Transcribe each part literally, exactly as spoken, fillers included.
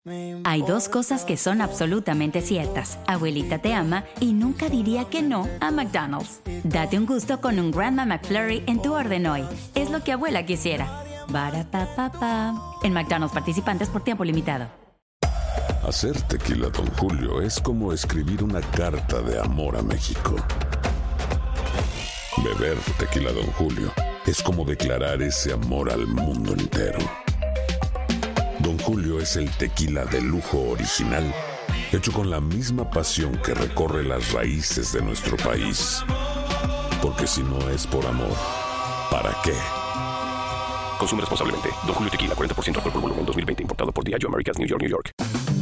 Hay dos cosas que son absolutamente ciertas. Abuelita te ama y nunca diría que no a McDonald's. Date un gusto con un Grandma McFlurry en tu orden hoy. Es lo que abuela quisiera. Barapapapa. En McDonald's participantes por tiempo limitado. Hacer tequila Don Julio es como escribir una carta de amor a México. Beber tequila Don Julio es como declarar ese amor al mundo entero. Don Julio es el tequila de lujo original, hecho con la misma pasión que recorre las raíces de nuestro país. Porque si no es por amor, ¿para qué? Consume responsablemente. Don Julio Tequila, cuarenta por ciento alcohol por volumen, dos mil veinte. Importado por Diageo Americas, New York, New York.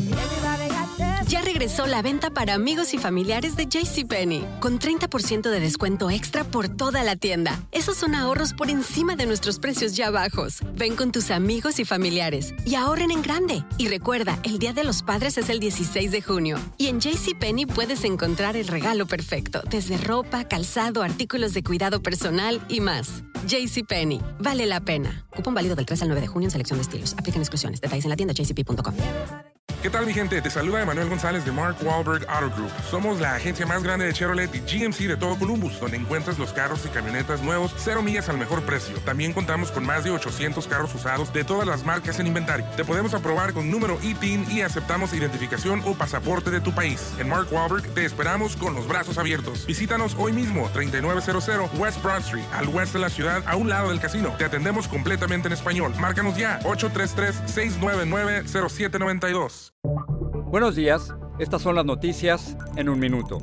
Ya regresó la venta para amigos y familiares de JCPenney, con treinta por ciento de descuento extra por toda la tienda. Esos son ahorros por encima de nuestros precios ya bajos. Ven con tus amigos y familiares y ahorren en grande. Y recuerda, el Día de los Padres es el dieciséis de junio. Y en JCPenney puedes encontrar el regalo perfecto, desde ropa, calzado, artículos de cuidado personal y más. JCPenney, vale la pena. Cupón válido del tres al nueve de junio en selección de estilos. Aplican exclusiones. Detalles en la tienda j c p punto com. ¿Qué tal, mi gente? Te saluda Emanuel González de Mark Wahlberg Auto Group. Somos la agencia más grande de Chevrolet y G M C de todo Columbus, donde encuentras los carros y camionetas nuevos, cero millas al mejor precio. También contamos con más de ochocientos carros usados de todas las marcas en inventario. Te podemos aprobar con número I T I N y aceptamos identificación o pasaporte de tu país. En Mark Wahlberg te esperamos con los brazos abiertos. Visítanos hoy mismo, treinta y nueve cero cero West Broad Street, al oeste de la ciudad, a un lado del casino. Te atendemos completamente en español. Márcanos ya, ocho tres tres, seis nueve nueve, cero siete nueve dos. Buenos días, estas son las noticias en un minuto.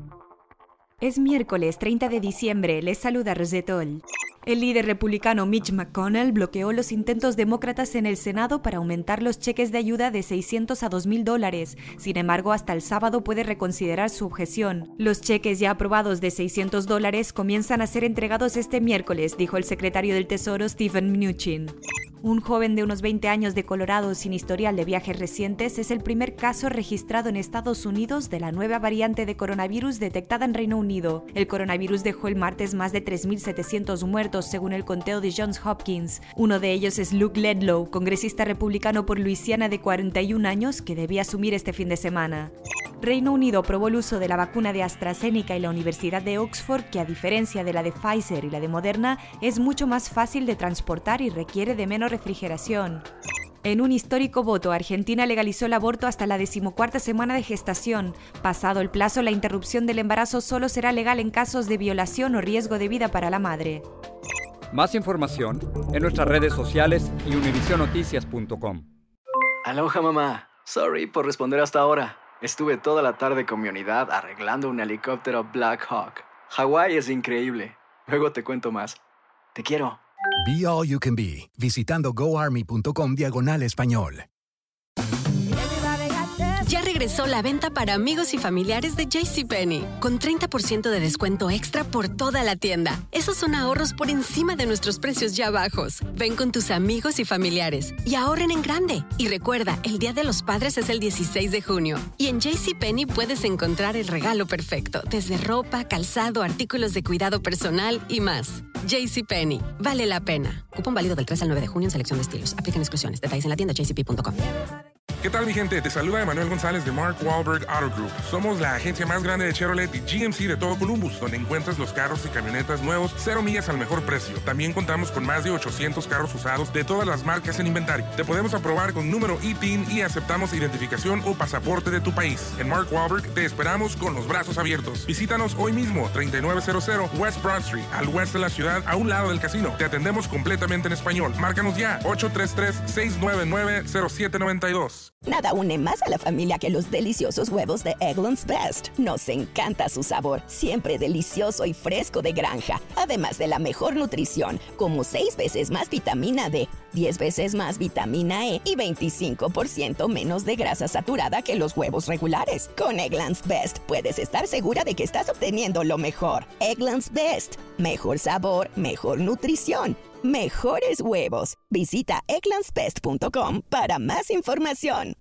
Es miércoles treinta de diciembre, les saluda Rosetol. El líder republicano Mitch McConnell bloqueó los intentos demócratas en el Senado para aumentar los cheques de ayuda de seiscientos a dos mil dólares. Sin embargo, hasta el sábado puede reconsiderar su objeción. Los cheques ya aprobados de seiscientos dólares comienzan a ser entregados este miércoles, dijo el secretario del Tesoro Steven Mnuchin. Un joven de unos veinte años de Colorado sin historial de viajes recientes es el primer caso registrado en Estados Unidos de la nueva variante de coronavirus detectada en Reino Unido. El coronavirus dejó el martes más de tres mil setecientos muertos según el conteo de Johns Hopkins. Uno de ellos es Luke Ledlow, congresista republicano por Luisiana de cuarenta y un años que debía asumir este fin de semana. Reino Unido aprobó el uso de la vacuna de AstraZeneca y la Universidad de Oxford, que a diferencia de la de Pfizer y la de Moderna, es mucho más fácil de transportar y requiere de menos refrigeración. En un histórico voto, Argentina legalizó el aborto hasta la decimocuarta semana de gestación. Pasado el plazo, la interrupción del embarazo solo será legal en casos de violación o riesgo de vida para la madre. Más información en nuestras redes sociales y univision noticias punto com. Aloha, mamá. Sorry por responder hasta ahora. Estuve toda la tarde con mi unidad arreglando un helicóptero Black Hawk. Hawái es increíble. Luego te cuento más. Te quiero. Be All You Can Be, visitando goarmy.com diagonal español. Ya regresó la venta para amigos y familiares de JCPenney, con treinta por ciento de descuento extra por toda la tienda. Esos son ahorros por encima de nuestros precios ya bajos. Ven con tus amigos y familiares y ahorren en grande. Y recuerda, el Día de los Padres es el dieciséis de junio. Y en JCPenney puedes encontrar el regalo perfecto, desde ropa, calzado, artículos de cuidado personal y más. JCPenney, vale la pena. Cupón válido del tres al nueve de junio en selección de estilos. Aplican exclusiones. Detalles en la tienda j c p punto com. ¿Qué tal, mi gente? Te saluda Emanuel González de Mark Wahlberg Auto Group. Somos la agencia más grande de Chevrolet y G M C de todo Columbus, donde encuentras los carros y camionetas nuevos, cero millas al mejor precio. También contamos con más de ochocientos carros usados de todas las marcas en inventario. Te podemos aprobar con número I T I N y aceptamos identificación o pasaporte de tu país. En Mark Wahlberg te esperamos con los brazos abiertos. Visítanos hoy mismo, treinta y nueve cero cero West Broad Street, al oeste de la ciudad, a un lado del casino. Te atendemos completamente en español. Márcanos ya, ocho tres tres, seis nueve nueve, cero siete nueve dos. Nada une más a la familia que los deliciosos huevos de Eggland's Best. Nos encanta su sabor, siempre delicioso y fresco de granja. Además de la mejor nutrición, como seis veces más vitamina D, diez veces más vitamina E y veinticinco por ciento menos de grasa saturada que los huevos regulares. Con Eggland's Best puedes estar segura de que estás obteniendo lo mejor. Eggland's Best. Mejor sabor, mejor nutrición. Mejores huevos. Visita egglands best punto com para más información.